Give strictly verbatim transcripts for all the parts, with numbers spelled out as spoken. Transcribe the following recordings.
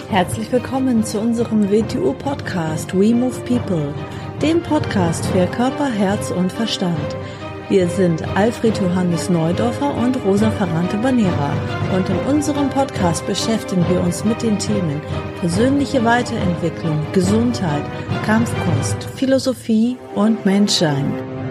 Herzlich willkommen zu unserem W T U-Podcast We Move People, dem Podcast für Körper, Herz und Verstand. Wir sind Alfred Johannes Neudorfer und Rosa Ferrante-Banera und in unserem Podcast beschäftigen wir uns mit den Themen persönliche Weiterentwicklung, Gesundheit, Kampfkunst, Philosophie und Menschsein.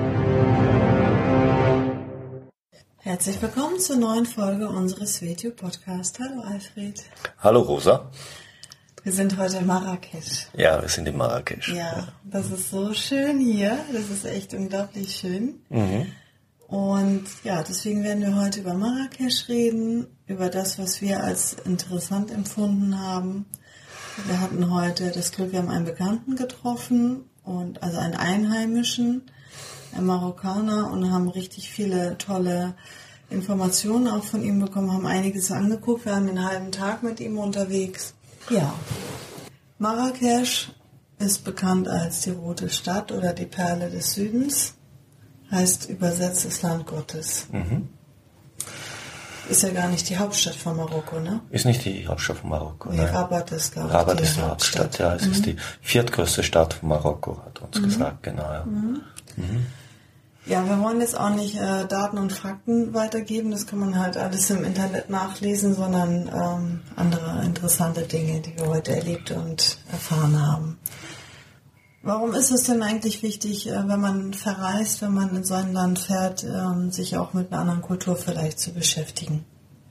Herzlich willkommen zur neuen Folge unseres W T U-Podcasts. Hallo Alfred. Hallo Rosa. Wir sind heute in Marrakesch. Ja, wir sind in Marrakesch. Ja, ja, das ist so schön hier. Das ist echt unglaublich schön. Mhm. Und ja, deswegen werden wir heute über Marrakesch reden, über das, was wir als interessant empfunden haben. Wir hatten heute das Glück, wir haben einen Bekannten getroffen, und also einen Einheimischen, einen Marokkaner, und haben richtig viele tolle Informationen auch von ihm bekommen, haben einiges angeguckt. Wir waren einen halben Tag mit ihm unterwegs. Ja, Marrakesch ist bekannt als die Rote Stadt oder die Perle des Südens, heißt übersetzt das Land Gottes. Mhm. Ist ja gar nicht die Hauptstadt von Marokko, ne? Ist nicht die Hauptstadt von Marokko, nee, Rabat ist, glaube ich, Rabat ist die Hauptstadt, Hauptstadt. Ja, es mhm. ist die viertgrößte Stadt von Marokko, hat uns mhm. gesagt, genau. Ja. Mhm. Mhm. Ja, wir wollen jetzt auch nicht äh, Daten und Fakten weitergeben, das kann man halt alles im Internet nachlesen, sondern ähm, andere interessante Dinge, die wir heute erlebt und erfahren haben. Warum ist es denn eigentlich wichtig, äh, wenn man verreist, wenn man in so ein Land fährt, äh, sich auch mit einer anderen Kultur vielleicht zu beschäftigen?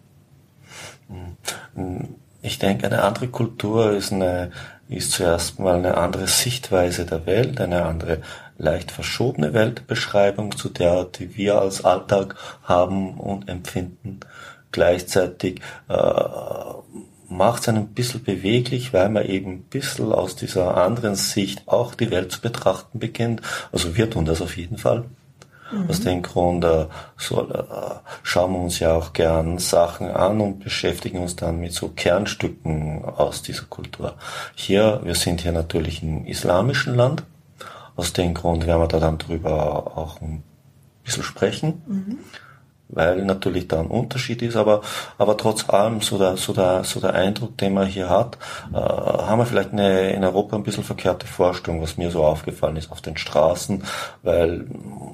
Ich denke, eine andere Kultur ist, eine, ist zuerst mal eine andere Sichtweise der Welt, eine andere leicht verschobene Weltbeschreibung zu der, die wir als Alltag haben und empfinden. Gleichzeitig äh, macht es einen ein bisschen beweglich, weil man eben ein bisschen aus dieser anderen Sicht auch die Welt zu betrachten beginnt. Also wir tun das auf jeden Fall. Mhm. Aus dem Grund äh, so, äh, schauen wir uns ja auch gern Sachen an und beschäftigen uns dann mit so Kernstücken aus dieser Kultur. Hier, wir sind hier natürlich im islamischen Land. Aus dem Grund werden wir da dann drüber auch ein bisschen sprechen, mhm. weil natürlich da ein Unterschied ist, aber aber trotz allem so der so der so der Eindruck, den man hier hat, äh, haben wir vielleicht eine in Europa ein bisschen verkehrte Vorstellung, was mir so aufgefallen ist auf den Straßen, weil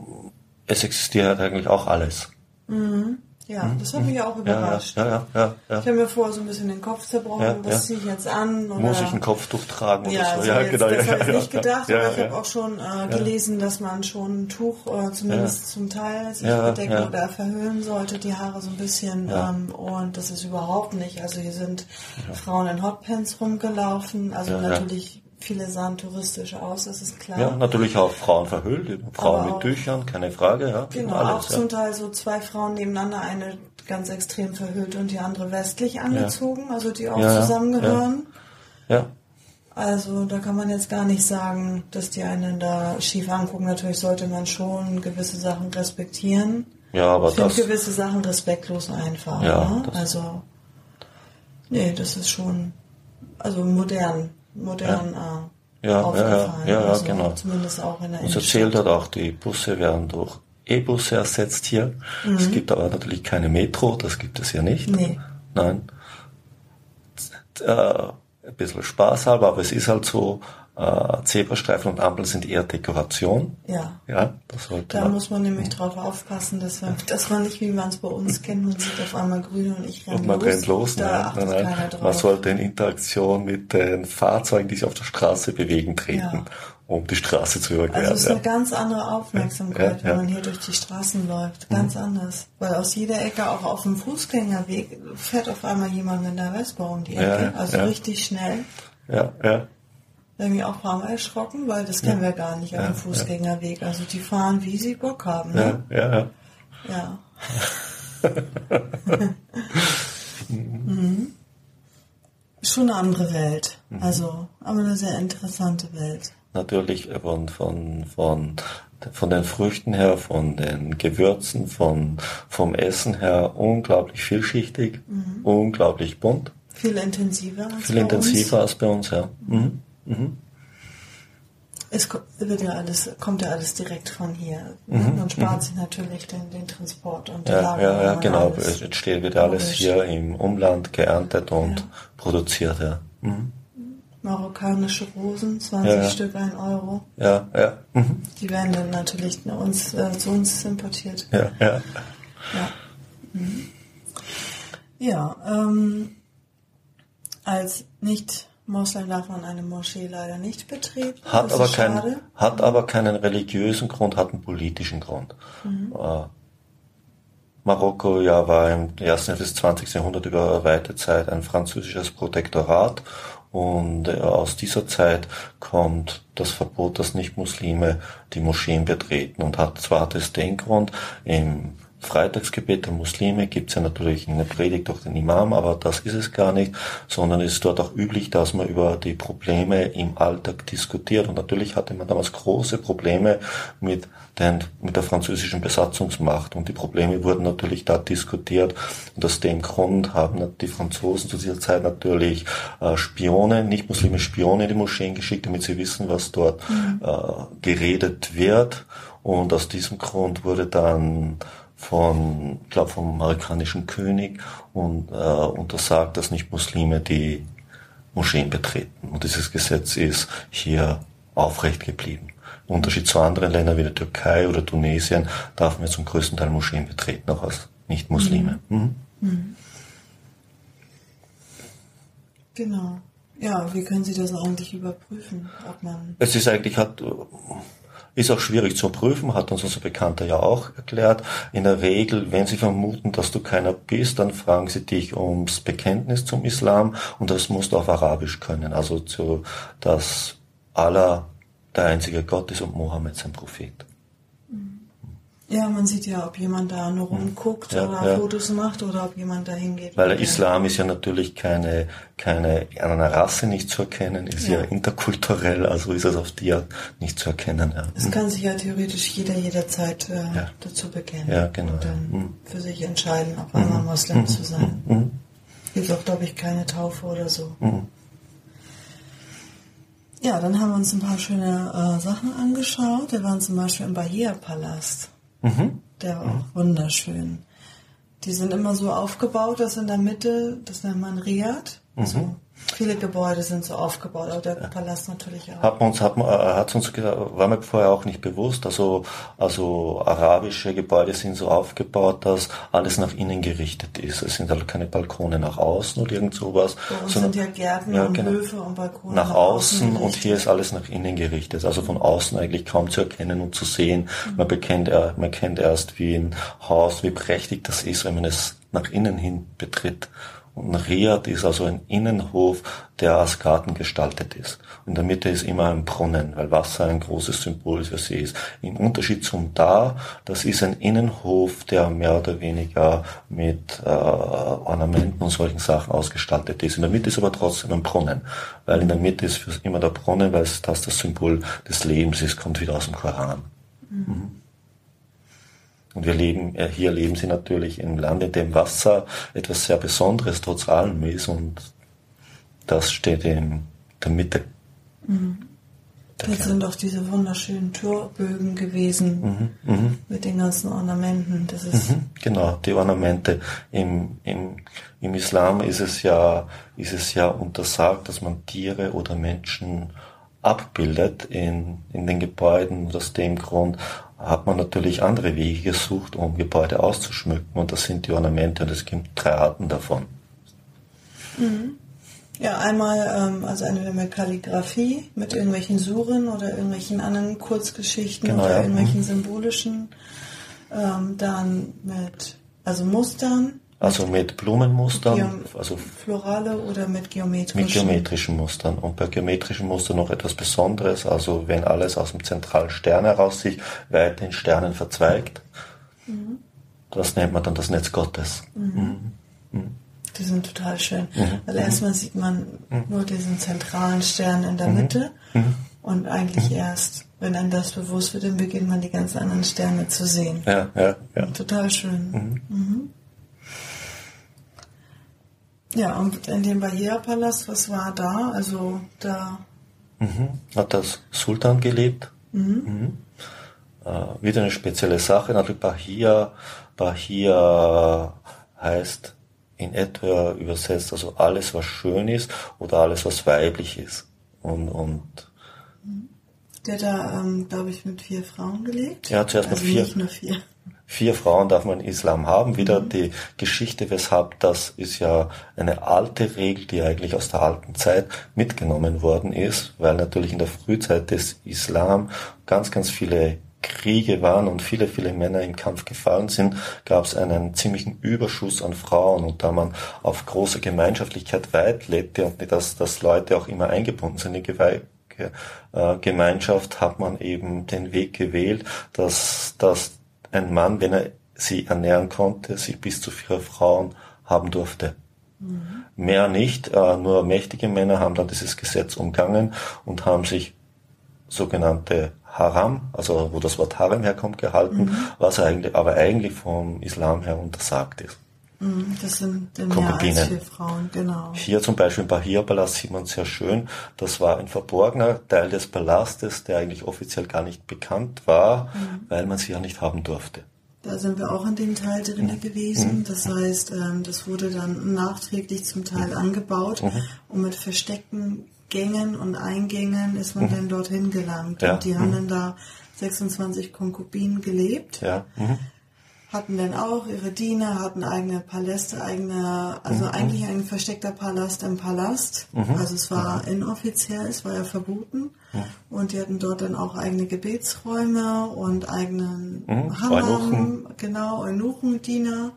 es existiert eigentlich auch alles. Mhm. Ja, das hat mich ja auch überrascht. Ja, ja, ja, ja. Ich habe mir vorher so ein bisschen den Kopf zerbrochen, ja, was ja. ziehe ich jetzt an? Oder muss ich ein Kopftuch tragen oder ja, so? so Ja, jetzt, genau. Das ja, habe ich ja, nicht gedacht, ja, aber ja, ich habe auch schon äh, gelesen, dass man schon ein Tuch äh, zumindest ja. zum Teil sich ja, bedecken ja. oder verhüllen sollte, die Haare so ein bisschen. Ja. Ähm, und das ist überhaupt nicht. Also hier sind ja. Frauen in Hotpants rumgelaufen, also ja, natürlich... Ja. Viele sahen touristisch aus, das ist klar. Ja, natürlich auch Frauen verhüllt, Frauen mit auch, Tüchern, keine Frage. Ja, genau, alles, auch ja. zum Teil so zwei Frauen nebeneinander, eine ganz extrem verhüllt und die andere westlich angezogen, ja. also die auch ja, zusammengehören. Ja. ja. Also da kann man jetzt gar nicht sagen, dass die einen da schief angucken. Natürlich sollte man schon gewisse Sachen respektieren. Ja, aber ich finde das... gewisse Sachen respektlos einfach. Ja, ne? das Also, nee, das ist schon, also modern. modern ja. äh, ja, aufgefallen. Ja, ja, ja, also genau. Zumindest auch in der Uns erzählt hat auch, die Busse werden durch E-Busse ersetzt hier. Mhm. Es gibt aber natürlich keine Metro, das gibt es ja nicht. Nee. Nein. Äh, ein bisschen spaßhalber, aber es ist halt so, äh, Zebrastreifen und Ampeln sind eher Dekoration. Ja. Ja, das sollte da man. muss man nämlich drauf aufpassen, dass man, dass man nicht, wie man es bei uns kennt, man sieht auf einmal grün und ich renne los. Und man rennt los. Da nein, achtet nein, nein. keiner drauf. Man sollte in Interaktion mit den Fahrzeugen, die sich auf der Straße bewegen, treten, ja. um die Straße zu überqueren. Also es ist ja. eine ganz andere Aufmerksamkeit, ja, ja. wenn man hier durch die Straßen läuft. Ganz mhm. anders. Weil aus jeder Ecke, auch auf dem Fußgängerweg, fährt auf einmal jemand mit einer Vespa um die Ecke. Ja, also ja. richtig schnell. Ja, ja. Da haben wir auch ein paar Mal erschrocken, weil das kennen ja. wir gar nicht auf dem ja, Fußgängerweg. Also die fahren, wie sie Bock haben. Ne? Ja, ja, ja. ja. mhm. Schon eine andere Welt. Mhm. Also, aber eine sehr interessante Welt. Natürlich von, von, von, von den Früchten her, von den Gewürzen, von, vom Essen her unglaublich vielschichtig, mhm. unglaublich bunt. Viel intensiver als Viel bei intensiver uns. als bei uns, ja. Mhm. Mhm. Es wird ja alles, kommt ja alles direkt von hier. Mhm. Man spart mhm. sich natürlich den, den Transport und die ja, Lagerung. Ja, ja, genau. Es entsteht, wird alles hier im Umland geerntet und ja. produziert, ja. Mhm. Marokkanische Rosen, zwanzig ja, ja. Stück, ein Euro. Ja, ja. Mhm. Die werden dann natürlich uns, äh, zu uns importiert. Ja, ja. Ja, mhm. ja ähm, als Nicht-Moslem darf man eine Moschee leider nicht betreten. Hat, das aber, ist kein, schade. hat aber keinen religiösen Grund, hat einen politischen Grund. Mhm. Äh, Marokko ja war im ersten bis zwanzigsten Jahrhundert über weite Zeit ein französisches Protektorat und äh, aus dieser Zeit kommt das Verbot, dass Nicht-Muslime die Moscheen betreten und hat zwar das den Grund, im Freitagsgebet der Muslime gibt es ja natürlich eine Predigt durch den Imam, aber das ist es gar nicht, sondern es ist dort auch üblich, dass man über die Probleme im Alltag diskutiert. Und natürlich hatte man damals große Probleme mit, den, mit der französischen Besatzungsmacht und die Probleme wurden natürlich da diskutiert. Und aus dem Grund haben die Franzosen zu dieser Zeit natürlich äh, Spione, nicht muslimische Spione in die Moscheen geschickt, damit sie wissen, was dort mhm. äh, geredet wird. Und aus diesem Grund wurde dann von, ich glaube, vom amerikanischen König und äh, untersagt, dass nicht Muslime die Moscheen betreten. Und dieses Gesetz ist hier aufrecht geblieben. Im Unterschied zu anderen Ländern wie der Türkei oder Tunesien darf man zum größten Teil Moscheen betreten, auch als Nicht-Muslime. Mhm. Mhm. Mhm. Genau. Ja, wie können Sie das eigentlich überprüfen, ob man... Es ist eigentlich, hat... Ist auch schwierig zu prüfen, hat uns unser Bekannter ja auch erklärt. In der Regel, wenn Sie vermuten, dass du keiner bist, dann fragen Sie dich ums Bekenntnis zum Islam und das musst du auf Arabisch können. Also, zu, dass Allah der einzige Gott ist und Mohammed sein Prophet. Ja, man sieht ja, ob jemand da nur rumguckt ja, oder ja. Fotos macht oder ob jemand da hingeht. Weil der Islam ist ja natürlich keine, keine, an einer Rasse nicht zu erkennen, ist ja, ja interkulturell, also ist es auf die Art nicht zu erkennen. Ja. Es kann sich ja theoretisch jeder jederzeit äh, ja. dazu bekennen. Ja, genau. Und dann mhm. für sich entscheiden, ob einmal Moslem mhm. zu sein. Mhm. Gibt auch, glaube ich, keine Taufe oder so. Mhm. Ja, dann haben wir uns ein paar schöne äh, Sachen angeschaut. Wir waren zum Beispiel im Bahia-Palast. Mhm. Der war auch wunderschön. Die sind immer so aufgebaut, dass in der Mitte, das nennt man Riad. Mhm. Also viele Gebäude sind so aufgebaut, aber der ja. Palast natürlich auch. Hat man uns, hat man, hat uns gesagt, war mir vorher auch nicht bewusst. Also, also arabische Gebäude sind so aufgebaut, dass alles nach innen gerichtet ist. Es sind halt keine Balkone nach außen oder irgend sowas. Bei uns sind ja Gärten ja, und genau, Höfe und Balkone nach, nach außen, außen und hier ist alles nach innen gerichtet. Also von außen eigentlich kaum zu erkennen und zu sehen. Mhm. Man bekennt, man kennt erst wie ein Haus, wie prächtig das ist, wenn man es nach innen hin betritt. Und ein Riad ist also ein Innenhof, der als Garten gestaltet ist. In der Mitte ist immer ein Brunnen, weil Wasser ein großes Symbol für sie ist. Im Unterschied zum Da, das ist ein Innenhof, der mehr oder weniger mit äh, Ornamenten und solchen Sachen ausgestaltet ist. In der Mitte ist aber trotzdem ein Brunnen, weil in der Mitte ist für immer der Brunnen, weil das das Symbol des Lebens ist, kommt wieder aus dem Koran. Mhm. Mhm. Und wir leben, hier leben sie natürlich im Land, in dem Wasser etwas sehr Besonderes trotz allem ist und das steht in der Mitte. Mhm. Jetzt sind auch diese wunderschönen Torbögen gewesen mhm, mh. mit den ganzen Ornamenten. Das ist mhm, genau, die Ornamente. Im, im, im Islam ist es ja, ist es ja untersagt, dass man Tiere oder Menschen abbildet in, in den Gebäuden. Und aus dem Grund hat man natürlich andere Wege gesucht, um Gebäude auszuschmücken. Und das sind die Ornamente und es gibt drei Arten davon. Mhm. Ja, einmal ähm, also entweder mit Kalligrafie, mit irgendwelchen Suren oder irgendwelchen anderen Kurzgeschichten genau, oder ja. irgendwelchen mhm. symbolischen. Ähm, dann mit also Mustern. Also mit Blumenmustern, Geom- also florale oder mit geometrischen? Mit geometrischen Mustern. Und bei geometrischen Mustern noch etwas Besonderes, also wenn alles aus dem zentralen Stern heraus sich weiter in Sternen verzweigt, mhm. das nennt man dann das Netz Gottes. Mhm. Mhm. Die sind total schön. Mhm. Weil erstmal sieht man mhm. nur diesen zentralen Stern in der mhm. Mitte mhm. und eigentlich mhm. erst, wenn einem das bewusst wird, dann beginnt man die ganz anderen Sterne zu sehen. Ja, ja, ja. Total schön. Mhm. Mhm. Ja, und in dem Bahia-Palast, was war da? Also da... Mhm. Hat das Sultan gelebt. Mhm. Mhm. Äh, wieder eine spezielle Sache. Natürlich Bahia, Bahia heißt in etwa übersetzt, also alles, was schön ist oder alles, was weiblich ist. Und, und der da, ähm, glaube ich, mit vier Frauen gelebt. Ja, zuerst also mit vier. Nicht nur vier. Vier Frauen darf man im Islam haben. Wieder mhm. die Geschichte, weshalb das ist ja eine alte Regel, die eigentlich aus der alten Zeit mitgenommen worden ist, weil natürlich in der Frühzeit des Islam ganz, ganz viele Kriege waren und viele, viele Männer im Kampf gefallen sind, gab es einen ziemlichen Überschuss an Frauen. Und da man auf große Gemeinschaftlichkeit weit lebte und nicht, dass, dass Leute auch immer eingebunden sind in die Gemeinschaft, hat man eben den Weg gewählt, dass, dass ein Mann, wenn er sie ernähren konnte, sich bis zu vier Frauen haben durfte. Mhm. Mehr nicht, äh, nur mächtige Männer haben dann dieses Gesetz umgangen und haben sich sogenannte Haram, also wo das Wort Harem herkommt, gehalten, mhm. was eigentlich, aber eigentlich vom Islam her untersagt ist. Mhm, das sind mehr als vier Frauen, genau. Hier zum Beispiel im Bahir-Palast sieht man sehr schön, das war ein verborgener Teil des Palastes, der eigentlich offiziell gar nicht bekannt war, mhm. weil man sie ja nicht haben durfte. Da sind wir auch in dem Teil drin mhm. gewesen. Das heißt, das wurde dann nachträglich zum Teil mhm. angebaut mhm. und mit versteckten Gängen und Eingängen ist man mhm. dann dorthin gelangt. Ja. Und die mhm. haben dann da sechsundzwanzig Konkubinen gelebt. Ja. Mhm. Hatten dann auch ihre Diener, hatten eigene Paläste, eigene, also mhm. eigentlich ein versteckter Palast im Palast. Mhm. Also es war mhm. inoffiziell, es war ja verboten. Mhm. Und die hatten dort dann auch eigene Gebetsräume und eigenen mhm. Hammam, genau, Eunuchendiener.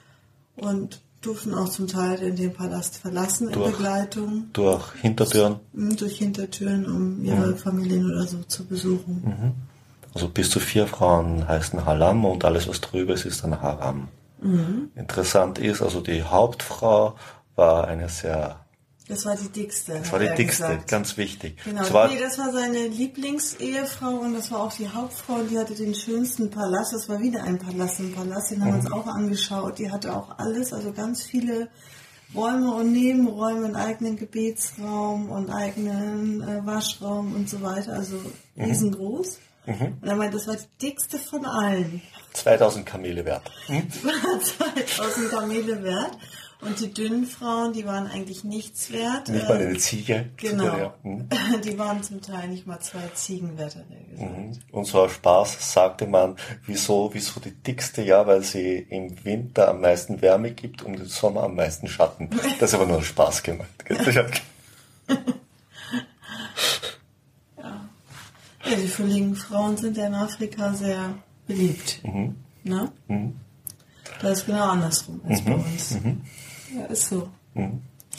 Und durften auch zum Teil in den Palast verlassen durch, in Begleitung. Durch Hintertüren? Durch Hintertüren, um ihre mhm. Familien oder so zu besuchen. Mhm. Also bis zu vier Frauen heißen Halam und alles, was drüber ist, ist dann Haram. Mhm. Interessant ist, also die Hauptfrau war eine sehr... Das war die dickste. Das war die dickste, gesagt. Ganz wichtig. Genau, das war, nee, das war seine Lieblingsehefrau und das war auch die Hauptfrau, die hatte den schönsten Palast. Das war wieder ein Palast im Palast, den haben wir uns auch angeschaut. Die hatte auch alles, also ganz viele Räume und Nebenräume, einen eigenen Gebetsraum und eigenen äh, Waschraum und so weiter, also riesengroß. Mhm. Und er meinte, das war die dickste von allen. zweitausend Kamele wert. Mhm. zweitausend Kamele wert. Und die dünnen Frauen, die waren eigentlich nichts wert. Nicht mal eine Ziege. Genau. Ziege, ja. Mhm. Die waren zum Teil nicht mal zwei Ziegen wert, hat er gesagt. Mhm. Und so aus Spaß sagte man, wieso, wieso die dickste? Ja, weil sie im Winter am meisten Wärme gibt und im Sommer am meisten Schatten. Das ist aber nur Spaß gemeint. Ja, die fülligen Frauen sind ja in Afrika sehr beliebt. Mhm. Ne? Mhm. Das ist genau andersrum als mhm. bei uns. Mhm. Ja, ist so. Mhm.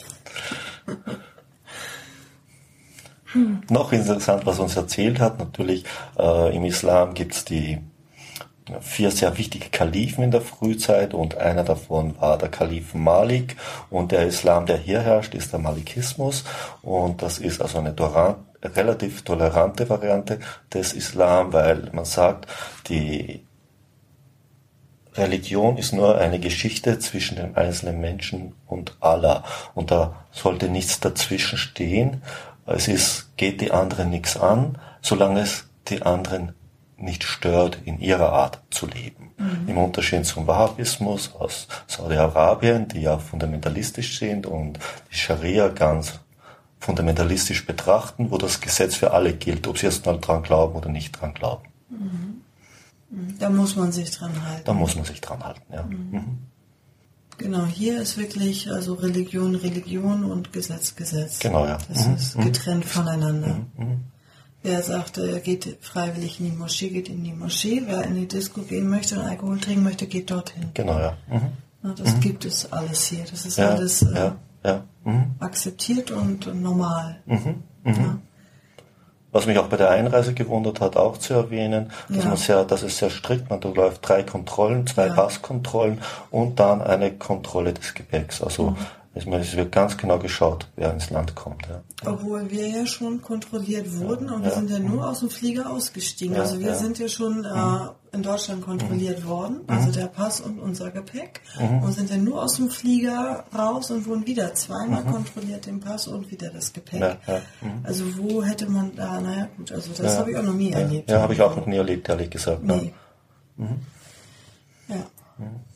hm. Noch interessant, was uns erzählt hat, natürlich äh, im Islam gibt es die vier sehr wichtige Kalifen in der Frühzeit und einer davon war der Kalif Malik und der Islam, der hier herrscht, ist der Malikismus und das ist also eine Toran relativ tolerante Variante des Islam, weil man sagt, die Religion ist nur eine Geschichte zwischen dem einzelnen Menschen und Allah und da sollte nichts dazwischen stehen. Es ist, geht die anderen nichts an, solange es die anderen nicht stört, in ihrer Art zu leben. Mhm. Im Unterschied zum Wahhabismus aus Saudi-Arabien, die ja fundamentalistisch sind und die Scharia ganz fundamentalistisch betrachten, wo das Gesetz für alle gilt, ob sie erst mal dran glauben oder nicht dran glauben. Mhm. Da muss man sich dran halten. Da muss man sich dran halten, ja. Mhm. Mhm. Genau, hier ist wirklich also Religion, Religion und Gesetz, Gesetz. Genau, ja. Das mhm. ist getrennt voneinander. Mhm. Wer sagt, er geht freiwillig in die Moschee, geht in die Moschee. Wer in die Disco gehen möchte und Alkohol trinken möchte, geht dorthin. Genau, ja. Mhm. Na, das mhm. gibt es alles hier. Das ist ja, alles äh, ja, ja. Mhm. akzeptiert und, und normal. Mhm. Mhm. Ja. Was mich auch bei der Einreise gewundert hat, auch zu erwähnen, dass ja. man sehr, dass es sehr strikt, man durchläuft drei Kontrollen, zwei ja. Passkontrollen und dann eine Kontrolle des Gepäcks. Also mhm. es wird ganz genau geschaut, wer ins Land kommt. Ja. Obwohl wir ja schon kontrolliert wurden und ja. wir sind ja nur aus dem Flieger ausgestiegen. Ja, also wir ja. sind ja schon äh, in Deutschland kontrolliert mhm. worden, also der Pass und unser Gepäck. Mhm. Und sind ja nur aus dem Flieger raus und wurden wieder zweimal mhm. kontrolliert, den Pass und wieder das Gepäck. Ja, ja. Mhm. Also wo hätte man da, naja gut, also das ja. habe ich auch noch nie ja. erlebt. Ja, habe ich auch noch nie erlebt, ehrlich gesagt. Nee. Ja. Mhm. ja. Mhm.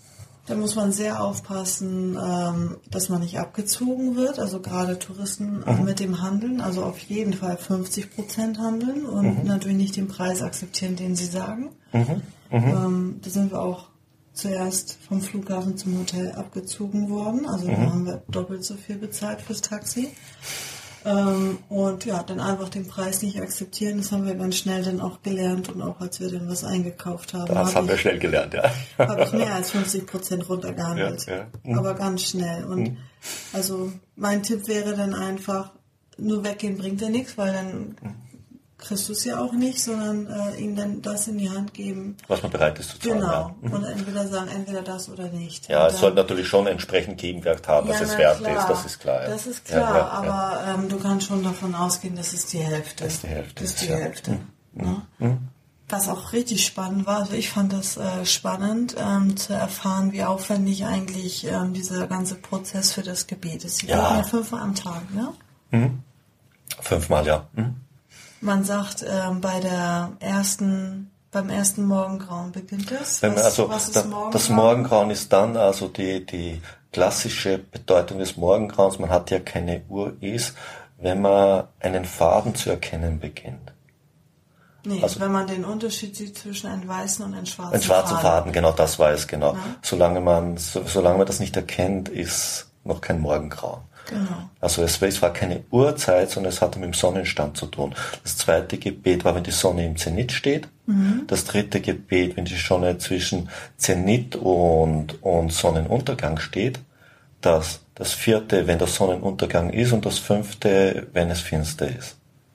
Da muss man sehr aufpassen, ähm, dass man nicht abgezogen wird. Also gerade Touristen äh, Mhm. mit dem Handeln, also auf jeden Fall fünfzig Prozent handeln und Mhm. natürlich nicht den Preis akzeptieren, den sie sagen. Mhm. Mhm. Ähm, da sind wir auch zuerst vom Flughafen zum Hotel abgezogen worden. Also da Mhm. haben wir doppelt so viel bezahlt fürs Taxi. Ähm, und ja, dann einfach den Preis nicht akzeptieren. Das haben wir ganz schnell dann auch gelernt und auch als wir dann was eingekauft haben. Das hab haben wir ich, schnell gelernt, ja. habe ich mehr als fünfzig Prozent runtergehandelt. Ja, ja. Mhm. Aber ganz schnell. Und Mhm. also mein Tipp wäre dann einfach, nur weggehen bringt ja nichts, weil dann kriegst du es ja auch nicht, sondern äh, ihm dann das in die Hand geben. Was man bereit ist zu zahlen. Genau. Ja. Mhm. Und entweder sagen, entweder das oder nicht. Ja, Und es dann- sollte natürlich schon entsprechend Gegenwert haben, dass Ja, es na wert klar. ist, das ist klar. Ja. Das ist klar, Ja, ja, ja. aber ähm, du kannst schon davon ausgehen, dass es die Hälfte Das ist die Hälfte Das ist die ist, ja. Hälfte. Mhm. Ne? Mhm. Was auch richtig spannend war, also ich fand das äh, spannend ähm, zu erfahren, wie aufwendig eigentlich ähm, dieser ganze Prozess für das Gebet ist. Sie Ja. beten ja fünfmal am Tag, ne? Mhm. Fünfmal, ja. Mhm. Man sagt, ähm, bei der ersten, beim ersten Morgengrauen beginnt es. Wenn man, Was, also was ist da, Morgengrauen? das Morgengrauen ist dann also die, die klassische Bedeutung des Morgengrauens, man hat ja keine Uhr, ist, wenn man einen Faden zu erkennen beginnt. Nee, also- wenn man den Unterschied sieht zwischen einem weißen und einem schwarzen Ein schwarzer Faden. Faden. genau, das war es, genau. Ja. Solange man, so, solange man das nicht erkennt, ist noch kein Morgengrauen. Genau. Also es, es war keine Uhrzeit, sondern es hatte mit dem Sonnenstand zu tun. Das zweite Gebet war, wenn die Sonne im Zenit steht. Mhm. Das dritte Gebet, wenn die Sonne zwischen Zenit und, und Sonnenuntergang steht. Das, das vierte, wenn der Sonnenuntergang ist. Und das fünfte, wenn es finster ist.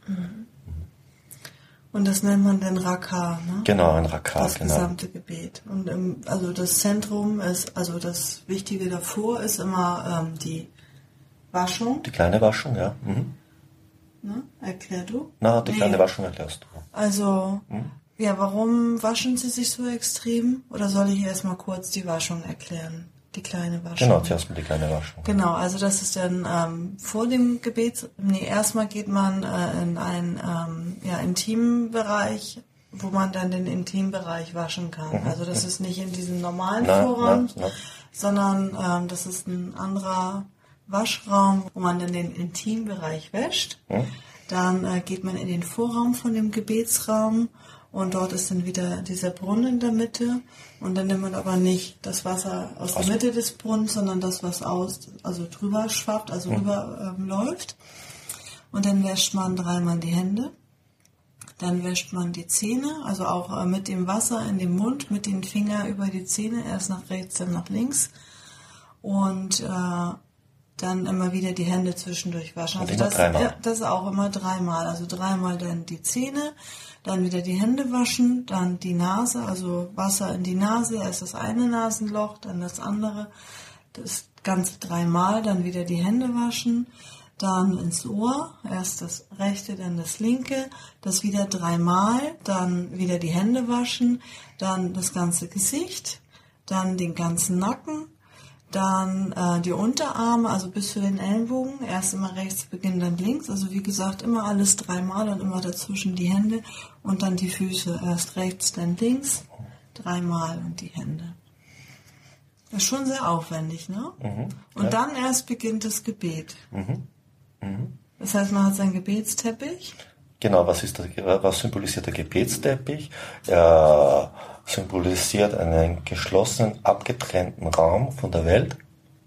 Und das nennt man dann Raka, ne? Genau, ein Raka, Das genau. gesamte Gebet. Und im, also das Zentrum ist, also das Wichtige davor ist immer ähm, die Waschung. Die kleine Waschung, ja. Mhm. Ne? Erklär du. Na, die Nee. kleine Waschung erklärst du. Also, Mhm. ja, warum waschen sie sich so extrem? Oder soll ich erstmal kurz die Waschung erklären? Die kleine Waschung. Genau, zuerst mal die kleine Waschung. Genau, also das ist dann ähm, vor dem Gebet, nee, erstmal geht man äh, in einen ähm, ja, Intimbereich, wo man dann den Intimbereich waschen kann. Mhm. Also das ist nicht in diesem normalen Na, Vorraum, na, na. sondern ähm, das ist ein anderer Waschraum, wo man dann den Intimbereich wäscht. Mhm. Dann äh, geht man in den Vorraum von dem Gebetsraum und dort ist dann wieder dieser Brunnen in der Mitte und dann nimmt man aber nicht das Wasser aus der Mitte des Brunnens, sondern das, was aus, also drüber schwappt, also Mhm. rüber ähm, läuft. Und dann wäscht man dreimal die Hände. Dann wäscht man die Zähne, also auch äh, mit dem Wasser in den Mund, mit den Fingern über die Zähne, erst nach rechts, dann nach links. Und äh, dann immer wieder die Hände zwischendurch waschen. Und Also immer das, dreimal. ja, das auch immer dreimal. Also dreimal dann die Zähne, dann wieder die Hände waschen, dann die Nase, also Wasser in die Nase, erst das eine Nasenloch, dann das andere, das Ganze dreimal, dann wieder die Hände waschen, dann ins Ohr, erst das rechte, dann das linke, das wieder dreimal, dann wieder die Hände waschen, dann das ganze Gesicht, dann den ganzen Nacken, dann äh, die Unterarme, also bis zu den Ellenbogen, erst immer rechts, beginnen dann links, also wie gesagt, immer alles dreimal und immer dazwischen die Hände und dann die Füße, erst rechts, dann links, dreimal und die Hände. Das ist schon sehr aufwendig, ne? Mhm. Und Ja. dann erst beginnt das Gebet. Mhm. Mhm. Das heißt, man hat seinen Gebetsteppich. Genau, was ist der, was symbolisiert der Gebetsteppich? Er symbolisiert einen geschlossenen, abgetrennten Raum von der Welt,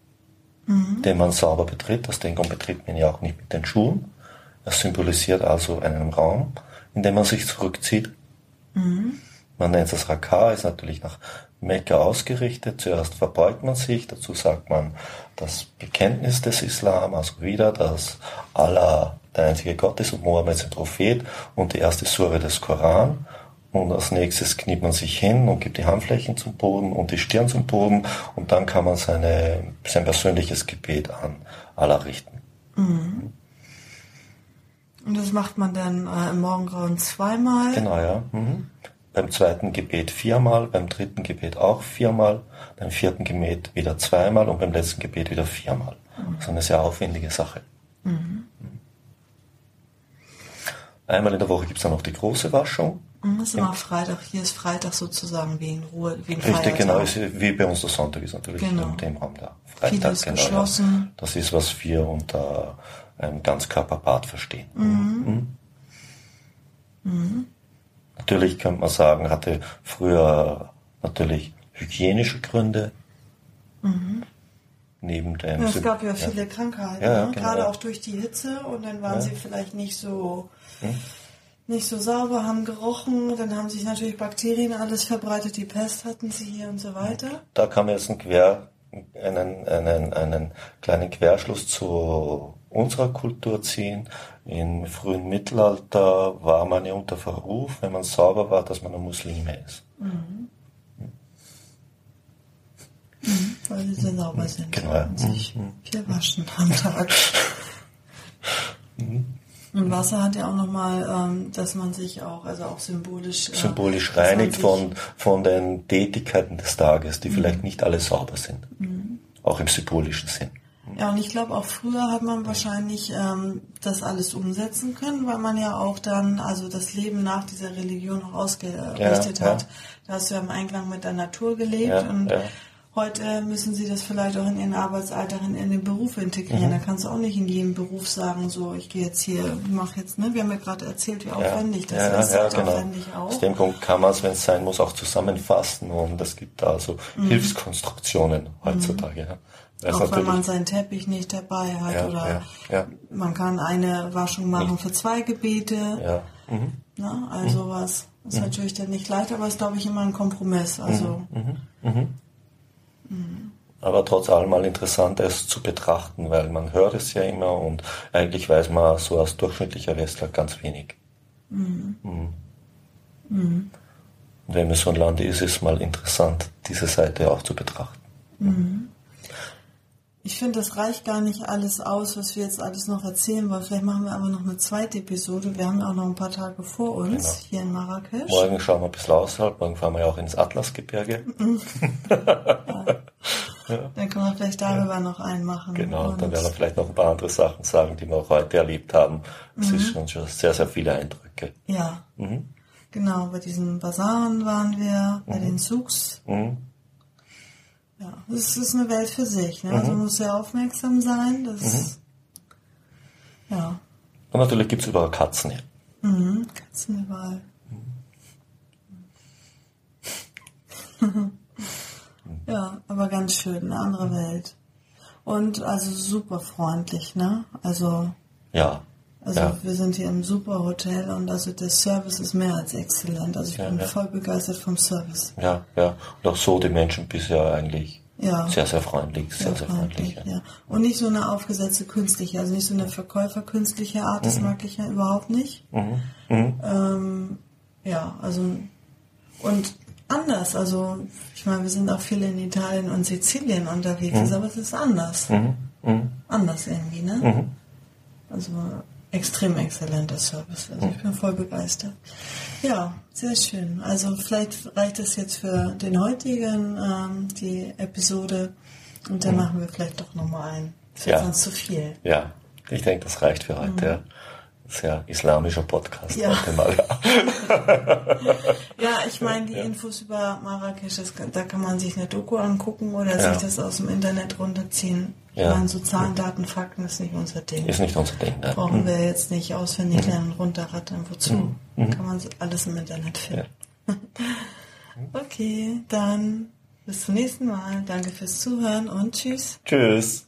Mhm. den man sauber betritt. Das Denken betritt man ja auch nicht mit den Schuhen. Er symbolisiert also einen Raum, in dem man sich zurückzieht. Mhm. Man nennt es Raka, ist natürlich nach Mekka ausgerichtet. Zuerst verbeugt man sich, dazu sagt man das Bekenntnis des Islam, also wieder, dass Allah der einzige Gott ist und Mohammed ist ein Prophet und die erste Sure des Koran. Und als nächstes kniet man sich hin und gibt die Handflächen zum Boden und die Stirn zum Boden und dann kann man seine, sein persönliches Gebet an Allah richten. Mhm. Und das macht man dann äh, im Morgengrauen zweimal. Genau, ja. Mhm. Beim zweiten Gebet viermal, beim dritten Gebet auch viermal, beim vierten Gebet wieder zweimal und beim letzten Gebet wieder viermal. Mhm. Das ist eine sehr aufwendige Sache. Mhm. Einmal in der Woche gibt es dann noch die große Waschung. Das ist immer Freitag. Hier ist Freitag sozusagen wie in Ruhe, wie ein Richtig, Feiertag. genau. Ist, wie bei uns der Sonntag ist natürlich Genau. in dem Raum da. Freitag, Vieles genau. geschlossen. Ja. Das ist, was wir unter einem Ganzkörperbad verstehen. Mhm. Mhm. Mhm. Natürlich könnte man sagen, hatte früher natürlich hygienische Gründe. Mhm. Neben dem ja, es gab ja viele ja. Krankheiten, ja, ne? genau, gerade ja. auch durch die Hitze und dann waren ja. sie vielleicht nicht so hm? nicht so sauber, haben gerochen, dann haben sich natürlich Bakterien alles verbreitet, die Pest hatten sie hier und so weiter. Da kann man jetzt einen, Quer, einen, einen, einen kleinen Querschluss zu unserer Kultur ziehen. Im frühen Mittelalter war man ja unter Verruf, wenn man sauber war, dass man ein Muslime ist. Mhm. Mhm, weil sie sehr sauber sind genau, ja. und sich mhm. viel waschen am Tag. Mhm. Und Wasser hat ja auch nochmal, ähm, dass man sich auch, also auch symbolisch... Äh, symbolisch reinigt von, von den Tätigkeiten des Tages, die mhm. vielleicht nicht alle sauber sind. Mhm. Auch im symbolischen Sinn. Ja, und ich glaube, auch früher hat man wahrscheinlich ähm, das alles umsetzen können, weil man ja auch dann, also das Leben nach dieser Religion auch ausgerichtet ja, hat. Ja. Da hast du ja im Einklang mit der Natur gelebt ja, und ja. heute müssen sie das vielleicht auch in ihren Arbeitsalltag, in, in den Beruf integrieren. Mhm. Da kannst du auch nicht in jedem Beruf sagen, so, ich gehe jetzt hier, mache jetzt, ne? Wir haben ja gerade erzählt, wie aufwendig ja, das ja, ist. Ja, halt genau. aufwendig auch. Aus dem Punkt kann man es, wenn es sein muss, auch zusammenfassen und es gibt da so mhm. Hilfskonstruktionen heutzutage. Mhm. Ja. Auch wenn man seinen Teppich nicht dabei hat ja, oder ja, ja. man kann eine Waschung machen nicht. für zwei Gebete. Ja. Mhm. Na, also mhm. was ist mhm. natürlich dann nicht leicht, aber ist, glaube ich, immer ein Kompromiss. Also mhm. Mhm. Mhm. Aber trotz allem mal interessant, es zu betrachten, weil man hört es ja immer und eigentlich weiß man so als durchschnittlicher Westler ganz wenig. Mhm. Mhm. Mhm. Und wenn man so ein Land ist, ist es mal interessant, diese Seite auch zu betrachten. Mhm. Ich finde, das reicht gar nicht alles aus, was wir jetzt alles noch erzählen wollen. Vielleicht machen wir aber noch eine zweite Episode. Wir haben auch noch ein paar Tage vor uns genau. hier in Marrakesch. Morgen schauen wir ein bisschen außerhalb. Morgen fahren wir ja auch ins Atlasgebirge. ja. Ja. Dann können wir vielleicht darüber ja. noch einen machen. Genau, und dann werden wir vielleicht noch ein paar andere Sachen sagen, die wir auch heute erlebt haben. Es mhm. ist schon, schon sehr, sehr viele Eindrücke. Ja, mhm. genau. Bei diesen Basaren waren wir, bei mhm. den Souks. Mhm. Ja, das ist eine Welt für sich. Ne? Mhm. Also man muss sehr aufmerksam sein. Das, mhm. ja. Und natürlich gibt es überall Katzen hier. Mhm, Katzen überall. Mhm. Ja, aber ganz schön, eine andere Welt. Und also super freundlich, ne? Also, ja. Also ja. wir sind hier im super Hotel und also der Service ist mehr als exzellent. Also ich ja, bin ja. voll begeistert vom Service. Ja, ja. Und auch so die Menschen bisher eigentlich ja. sehr, sehr freundlich, sehr, sehr, sehr freundlich. freundlich ja. Ja. Und nicht so eine aufgesetzte künstliche, also nicht so eine verkäuferkünstliche Art, das mhm. mag ich ja überhaupt nicht. Mhm. Mhm. Ähm, ja, also und anders, also ich meine, wir sind auch viele in Italien und Sizilien unterwegs, mhm. aber es ist anders. Mhm. Mhm. Anders irgendwie, ne? Mhm. Also extrem exzellenter Service. Also ich bin voll begeistert. Ja, sehr schön. Also vielleicht reicht es jetzt für den heutigen, ähm, die Episode und dann mhm. machen wir vielleicht doch nochmal einen. Das wird ja. sonst zu viel. Ja, ich denke, das reicht für heute. Mhm. Ja. Sehr islamischer Podcast ja. heute mal. Ja, ja ich meine, die ja. Infos über Marrakesch, das, da kann man sich eine Doku angucken oder ja. sich das aus dem Internet runterziehen. Ich ja. meine, so Zahlen, Daten, Fakten ist nicht unser Ding. Ist nicht unser Ding, ne? Brauchen mhm. wir jetzt nicht auswendig mhm. lernen, runterrattern. Wozu? Mhm. Kann man alles im Internet finden. Ja. Okay, dann bis zum nächsten Mal. Danke fürs Zuhören und tschüss. Tschüss.